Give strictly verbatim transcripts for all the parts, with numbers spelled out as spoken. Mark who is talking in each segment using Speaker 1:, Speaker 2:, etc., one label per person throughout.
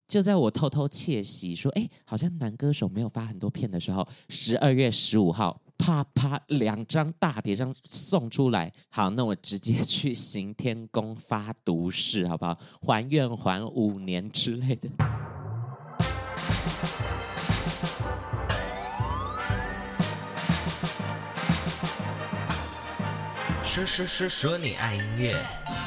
Speaker 1: 就在我偷偷窃喜说，哎，好像男歌手没有发很多片的时候，十二月十五号，啪啪两张大碟上送出来。好，那我直接去行天宫发毒誓，好不好？还愿还五年之类的。
Speaker 2: 说说说说你爱音乐。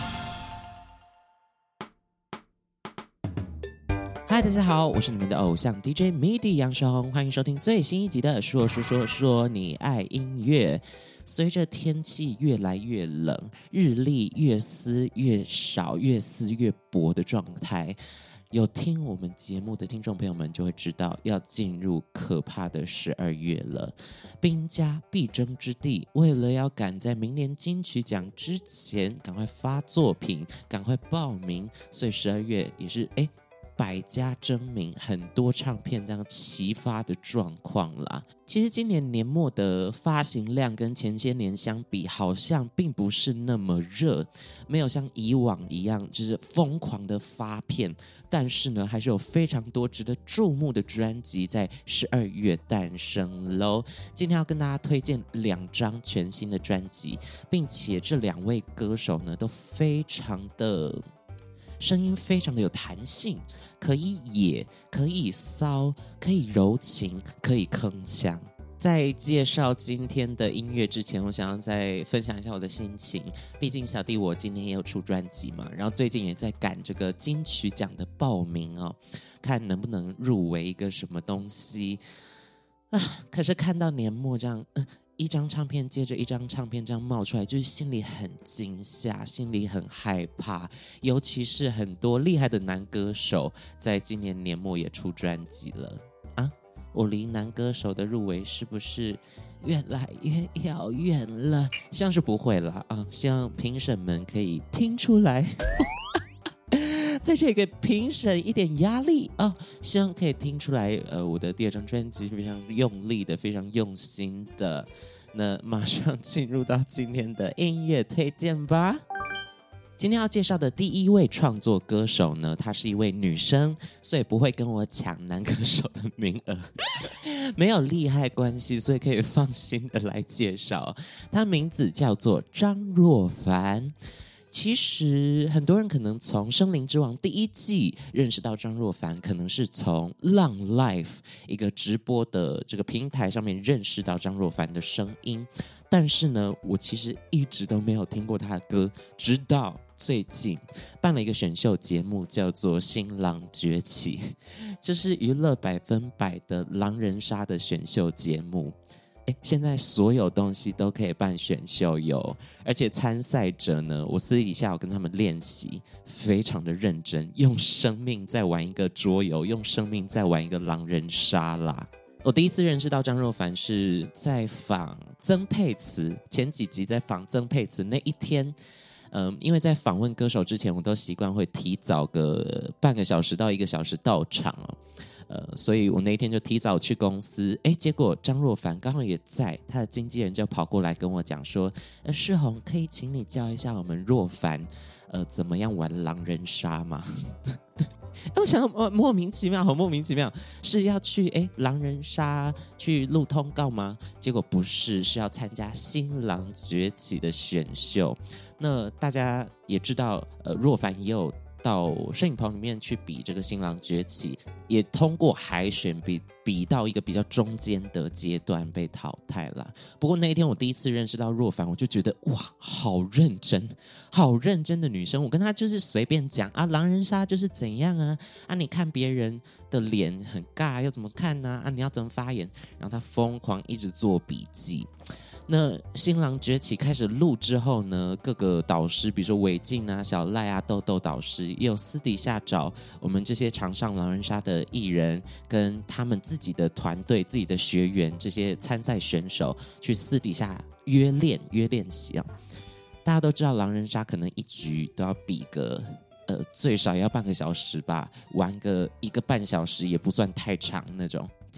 Speaker 1: 嗨，大家好，我是你们的偶像 D J MIDI 杨世宏，欢迎收听最新一集的说说说说你爱音乐。随着天气越来越冷，日历越撕越少，越撕越薄的状态，有听我们节目的听众朋友们就会知道，要进入可怕的十二月了。兵家必争之地，为了要赶在明年金曲奖之前赶快发作品，赶快报名，所以十二月也是哎。百家争鸣，很多唱片这样齐发的状况啦。其实今年年末的发行量跟前些年相比，好像并不是那么热，没有像以往一样就是疯狂的发片。但是呢，还是有非常多值得注目的专辑在十二月诞生喽。今天要跟大家推荐两张全新的专辑，并且这两位歌手呢都非常的。声音非常的有弹性，可以野，可以骚，可以柔情，可以铿锵。在介绍今天的音乐之前，我想要再分享一下我的心情。毕竟小弟我今年也有出专辑嘛，然后最近也在赶这个金曲奖的报名哦，看能不能入围一个什么东西啊。可是看到年末这样，呃一张唱片接着一张唱片这样冒出来，就是心里很惊吓，心里很害怕。尤其是很多厉害的男歌手，在今年年末也出专辑了啊！我离男歌手的入围是不是越来越遥远了？希望是不会了啊！希望评审们可以听出来。在这里给评审一点压力哦，希望可以听出来，呃，我的第二张专辑是非常用力的，非常用心的。那马上进入到今天的音乐推荐吧。今天要介绍的第一位创作歌手呢，她是一位女生，所以不会跟我抢男歌手的名额，没有利害关系，所以可以放心的来介绍。她名字叫做张若凡。其实很多人可能从《声林之王》第一季认识到张若凡，可能是从浪 Life 一个直播的这个平台上面认识到张若凡的声音。但是呢，我其实一直都没有听过他的歌，直到最近办了一个选秀节目，叫做《新郎崛起》，就是娱乐百分百的狼人杀的选秀节目。现在所有东西都可以办选秀有，而且参赛者呢，我私底下有跟他们练习，非常的认真，用生命在玩一个桌游，用生命在玩一个狼人杀啦。我第一次认识到张若凡是在访曾沛慈，前几集在访曾沛慈那一天。嗯，因为在访问歌手之前，我都习惯会提早个半个小时到一个小时到场哦。呃，所以我那一天就提早去公司，哎，结果张若凡刚好也在，他的经纪人就跑过来跟我讲说，呃，世宏，可以请你教一下我们若凡，呃，怎么样玩狼人杀吗？我想莫莫名其妙，好莫名其妙，是要去哎狼人杀去录通告吗？结果不是，是要参加新郎崛起的选秀。那大家也知道，呃，若凡也有到摄影棚里面去比这个新郎崛起，也通过海选比比到一个比较中间的阶段被淘汰了。不过那一天我第一次认识到若凡，我就觉得哇，好认真，好认真的女生。我跟她就是随便讲啊，狼人杀就是怎样啊，啊你看别人的脸很尬，要怎么看呢？啊你要怎么发言？然后她疯狂一直做笔记。那新郎崛起开始录之后呢，各个导师，比如说韦静啊、小赖啊、豆豆导师，也有私底下找我们这些常上狼人杀的艺人，跟他们自己的团队、自己的学员，这些参赛选手去私底下约练、约练习啊。大家都知道，狼人杀可能一局都要比个呃最少也要半个小时吧，玩个一个半小时也不算太长那种。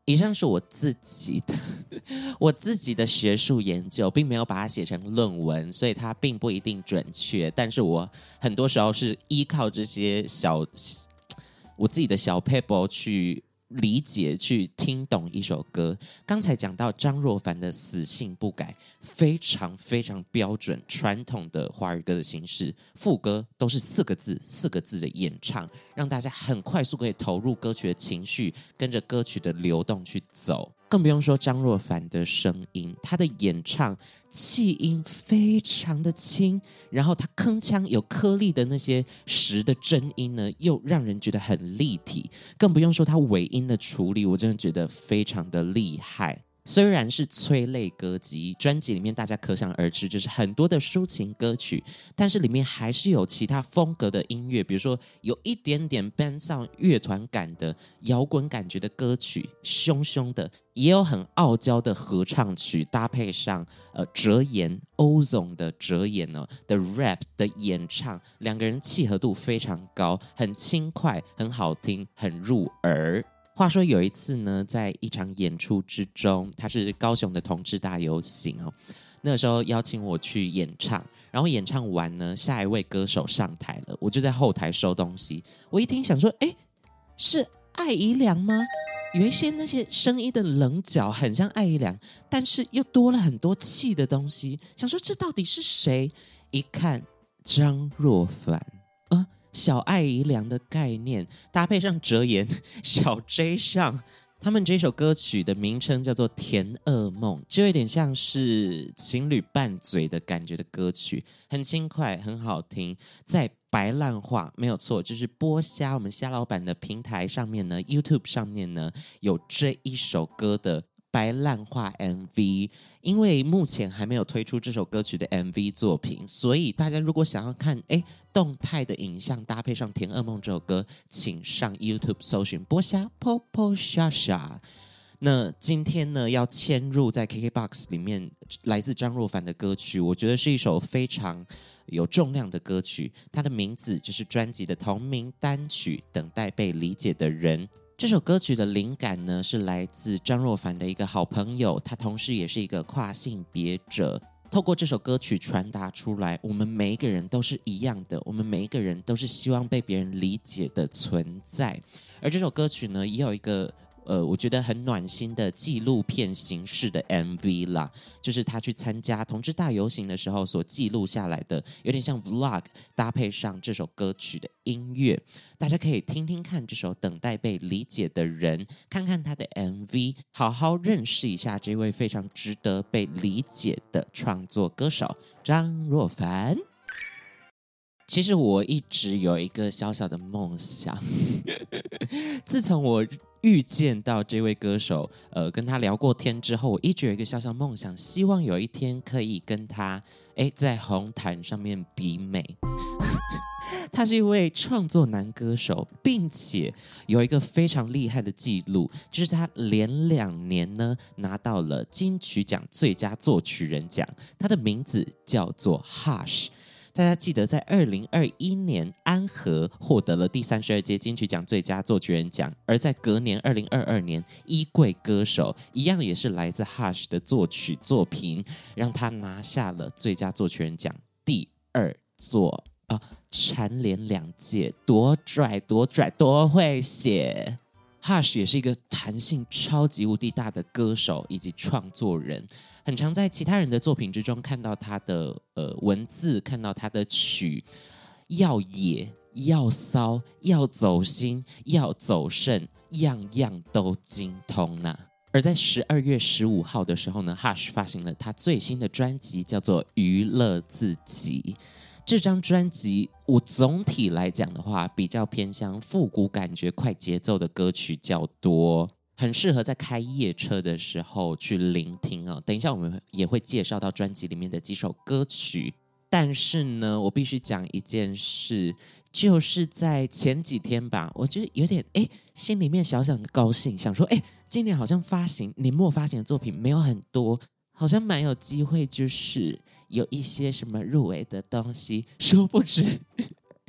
Speaker 1: 以上是我自己的我自己的学术研究，并没有把它写成论文，所以它并不一定准确。但是我很多时候是依靠这些小我自己的小 paper 去理解、去听懂一首歌。刚才讲到张若凡的《死性不改》，非常非常标准传统的华语歌的形式，副歌都是四个字、四个字的演唱，让大家很快速可以投入歌曲的情绪，跟着歌曲的流动去走。更不用说张若凡的声音，他的演唱气音非常的轻，然后他铿锵有颗粒的那些实的真音呢，又让人觉得很立体。更不用说他尾音的处理，我真的觉得非常的厉害。虽然是催泪歌集，专辑里面大家可想而知就是很多的抒情歌曲，但是里面还是有其他风格的音乐，比如说有一点点 band sound 乐团感的摇滚感觉的歌曲，凶凶的，也有很傲娇的合唱曲，搭配上呃哲言欧总的哲言呢的 rap 的演唱，两个人契合度非常高，很轻快，很好听，很入耳。话说有一次呢，在一场演出之中，它是高雄的同志大游行哦，那个时候邀请我去演唱，然后演唱完呢，下一位歌手上台了，我就在后台收东西。我一听想说，哎，是艾怡良吗？有一些那些声音的棱角很像艾怡良，但是又多了很多气的东西，想说这到底是谁？一看张若凡。小艾怡良的概念搭配上哲言小 J 上，他们这首歌曲的名称叫做《甜噩梦》，就有点像是情侣拌嘴的感觉的歌曲，很轻快，很好听。在白烂化没有错，就是播虾我们虾老板的平台上面呢 YouTube 上面呢有这一首歌的白烂化 M V， 因为目前还没有推出这首歌曲的 M V 作品，所以大家如果想要看诶动态的影像搭配上《甜噩梦》这首歌，请上 YouTube 搜寻播虾 Popo 虾虾。那今天呢要嵌入在 K K B O X 里面来自张若凡的歌曲，我觉得是一首非常有重量的歌曲，它的名字就是专辑的同名单曲《等待被理解的人》。这首歌曲的灵感呢，是来自张若凡的一个好朋友，他同时也是一个跨性别者。透过这首歌曲传达出来，我们每一个人都是一样的，我们每一个人都是希望被别人理解的存在。而这首歌曲呢，也有一个呃，我觉得很暖心的纪录片形式的 M V 啦，就是他去参加同志大游行的时候所记录下来的，有点像 vlog， 搭配上这首歌曲的音乐，大家可以听听看这首《等待被理解的人》，看看他的 M V， 好好认识一下这位非常值得被理解的创作歌手张若凡。其实我一直有一个小小的梦想，自从我遇见到这位歌手，呃，跟他聊过天之后，我一直有一个小小梦想，希望有一天可以跟他，哎，在红毯上面比美。他是一位创作男歌手，并且有一个非常厉害的记录，就是他连两年呢拿到了金曲奖最佳作曲人奖，他的名字叫做 Hush。大家记得在二零二一年安和获得了第三十二届金曲奖最佳作曲人奖，而在隔年二零二二年衣柜歌手一样也是来自 Hush 的作曲作品，让他拿下了最佳作曲人奖第二座啊，蝉联两届，多拽多拽多会写。Hush 也是一个弹性超级无敌大的歌手以及创作人，很常在其他人的作品之中看到他的呃文字，看到他的曲，要野要骚要走心要走肾，样样都精通呐。而在十二月十五号的时候呢 ，Hush 发行了他最新的专辑，叫做《娱乐自己》。这张专辑我总体来讲的话，比较偏向复古感觉、快节奏的歌曲较多，很适合在开夜车的时候去聆听哦。等一下我们也会介绍到专辑里面的几首歌曲，但是呢，我必须讲一件事，就是在前几天吧，我觉得有点哎，心里面小小的高兴，想说哎，今年好像发行年末发行的作品没有很多，好像蛮有机会，就是有一些什么入围的东西，殊不知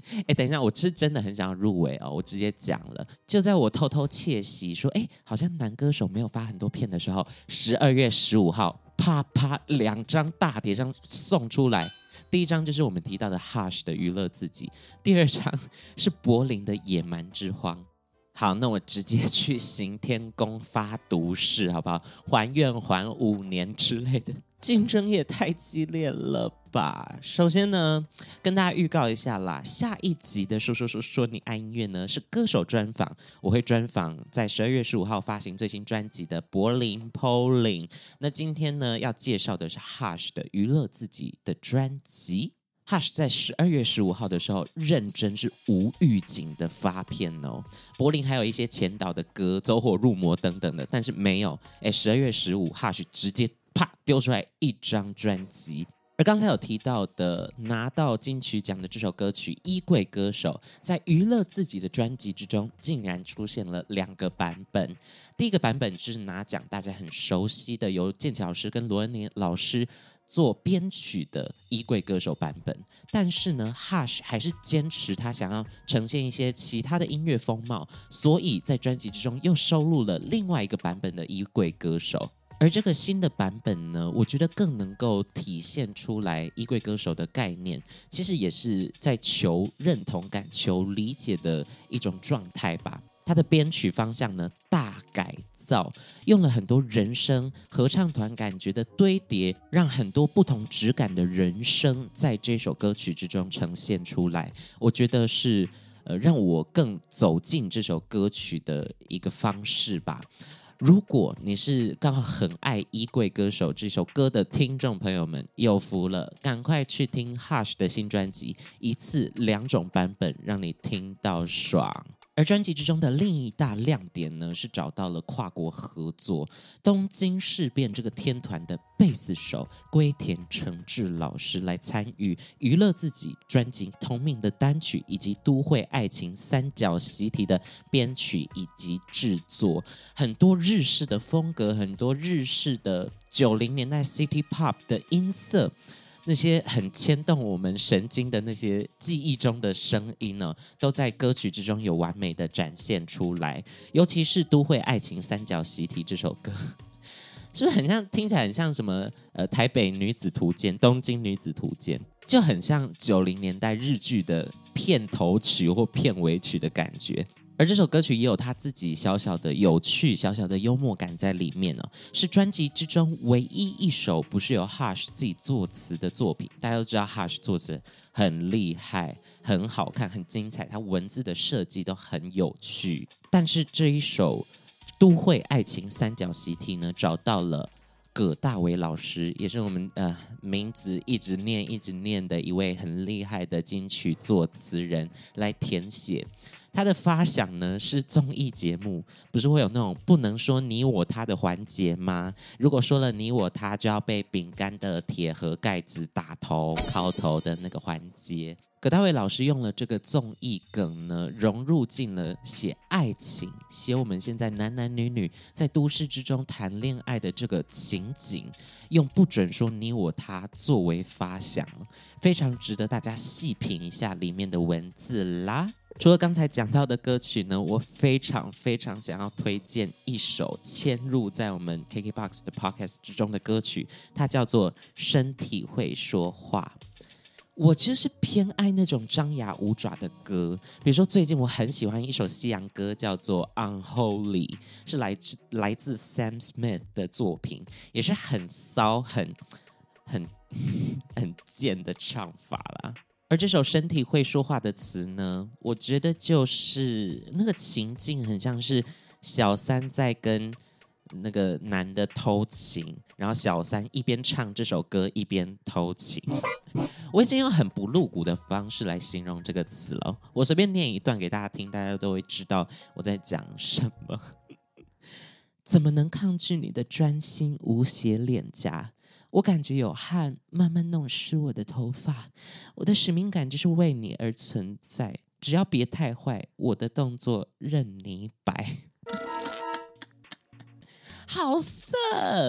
Speaker 1: 哎，等一下，我是真的很想要入围哦，我直接讲了。就在我偷偷窃喜说，哎，好像男歌手没有发很多片的时候，十二月十五号，啪啪两张大碟上送出来。第一张就是我们提到的 Hush 的娱乐自己，第二张是柏林的野蛮之荒。好，那我直接去行天宫发毒誓，好不好？还愿还五年之类的，竞争也太激烈了吧！首先呢，跟大家预告一下啦，下一集的说说说说你爱音乐呢是歌手专访，我会专访在十二月十五号发行最新专辑的柏林 Pauline。那今天呢要介绍的是 Hush 的娱乐自己的专辑。Hush 在十二月十五号的时候，认真是无预警的发片哦。柏林还有一些前导的歌，走火入魔等等的，但是没有。哎，十二月十五 ，Hush 直接啪丢出来一张专辑。而刚才有提到的拿到金曲奖的这首歌曲《衣柜歌手》，在娱乐自己的专辑之中，竟然出现了两个版本。第一个版本就是拿奖大家很熟悉的，由建奇老师跟罗恩年老师做编曲的衣柜歌手版本，但是呢 Hush 还是坚持他想要呈现一些其他的音乐风貌，所以在专辑之中又收录了另外一个版本的衣柜歌手。而这个新的版本呢，我觉得更能够体现出来衣柜歌手的概念，其实也是在求认同感、求理解的一种状态吧。它的编曲方向呢大改造，用了很多人声合唱团感觉的堆叠，让很多不同质感的人声在这首歌曲之中呈现出来。我觉得是呃让我更走进这首歌曲的一个方式吧。如果你是刚好很爱衣柜歌手这首歌的听众朋友们，有福了，赶快去听 Hush 的新专辑，一次两种版本让你听到爽。而专辑之中的另一大亮点呢，是找到了跨国合作，东京事变这个天团的贝斯手龟田诚志老师来参与娱乐自己专辑同名的单曲，以及都会爱情三角习题的编曲以及制作。很多日式的风格，很多日式的九零年代 City Pop 的音色，那些很牵动我们神经的那些记忆中的声音呢，都在歌曲之中有完美的展现出来。尤其是《都会爱情三角习题》这首歌，是不是很像？听起来很像什么？呃，台北女子图鉴、东京女子图鉴，就很像九零年代日剧的片头曲或片尾曲的感觉。而这首歌曲也有他自己小小的有趣、小小的幽默感在里面哦，是专辑之中唯一一首不是由 Hush 自己作词的作品。大家都知道 Hush 作词很厉害、很好看、很精彩，他文字的设计都很有趣。但是这一首《都会爱情三角习题》呢，找到了葛大为老师，也是我们呃名字一直念一直念的一位很厉害的金曲作词人来填写。他的发想呢是综艺节目，不是会有那种不能说你我他的环节吗？如果说了你我他，就要被饼干的铁盒盖子打头、敲头的那个环节。葛大为老师用了这个综艺梗呢，融入进了写爱情、写我们现在男男女女在都市之中谈恋爱的这个情景，用不准说你我他作为发想，非常值得大家细品一下里面的文字啦。除了刚才讲到的歌曲呢，我非常非常想要推荐一首嵌入在我们 K K B O X 的 Podcast 之中的歌曲，它叫做《身体会说话》。我就是偏爱那种张牙舞爪的歌，比如说最近我很喜欢一首西洋歌，叫做《Unholy》，是来自来自 Sam Smith 的作品，也是很骚、很很很贱的唱法啦。而这首身体会说话的词呢，我觉得就是那个情境很像是小三在跟那个男的偷情，然后小三一边唱这首歌一边偷情。我已经用很不露骨的方式来形容这个词了，我随便念一段给大家听，大家都会知道我在讲什么。怎么能抗拒你的专心无邪脸颊？我感觉有汗慢慢弄湿我的头发，我的使命感就是为你而存在，只要别太坏，我的动作任你摆。好色！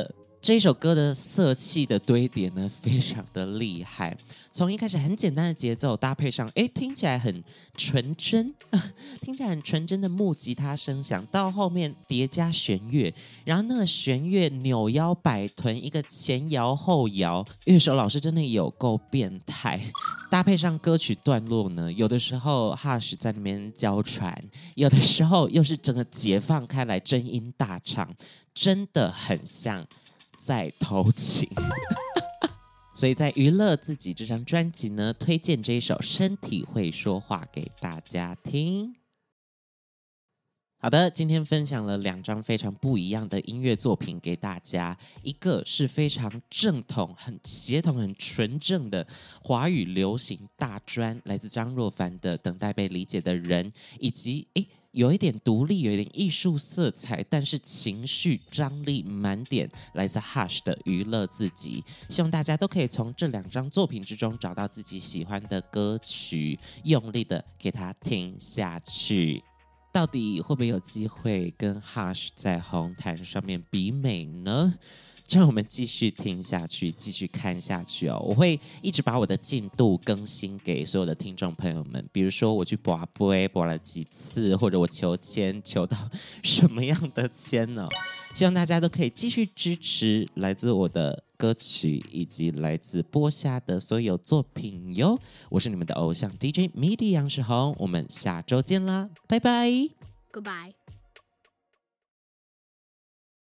Speaker 1: 这一首歌的色气的堆叠呢，非常的厉害。从一开始很简单的节奏，搭配上哎听起来很纯真，听起来很纯真的木吉他声响，到后面叠加弦乐，然后那个弦乐扭腰摆臀，一个前摇后摇，乐手老师真的有够变态。搭配上歌曲段落呢，有的时候 Hush 在那边娇喘，有的时候又是整个解放开来，真音大唱，真的很像在偷情。所以在娱乐自己这张专辑呢，推荐这一首《身体会说话》给大家听。好的，今天分享了两张非常不一样的音乐作品给大家，一个是非常正统、很协同、很纯正的华语流行大专，来自张若凡的《等待被理解的人》，以及诶有一点独立，有一点艺术色彩，但是情绪张力满点，来自 Hush 的娱乐自己。希望大家都可以从这两张作品之中找到自己喜欢的歌曲，用力的给它听下去。到底会不会有机会跟 Hush 在红毯上面比美呢？就让我们继续听下去，继续看下去哦。我会一直把我的进度更新给所有的听众朋友们，比如说我去拔杯拔了几次，或者我求签求到什么样的签呢？希望大家都可以继续支持来自我的歌曲以及来自播下的所有作品哟。我是你们的偶像 D J M I D I 杨世宏，我们下周见啦，拜拜
Speaker 3: Goodbye.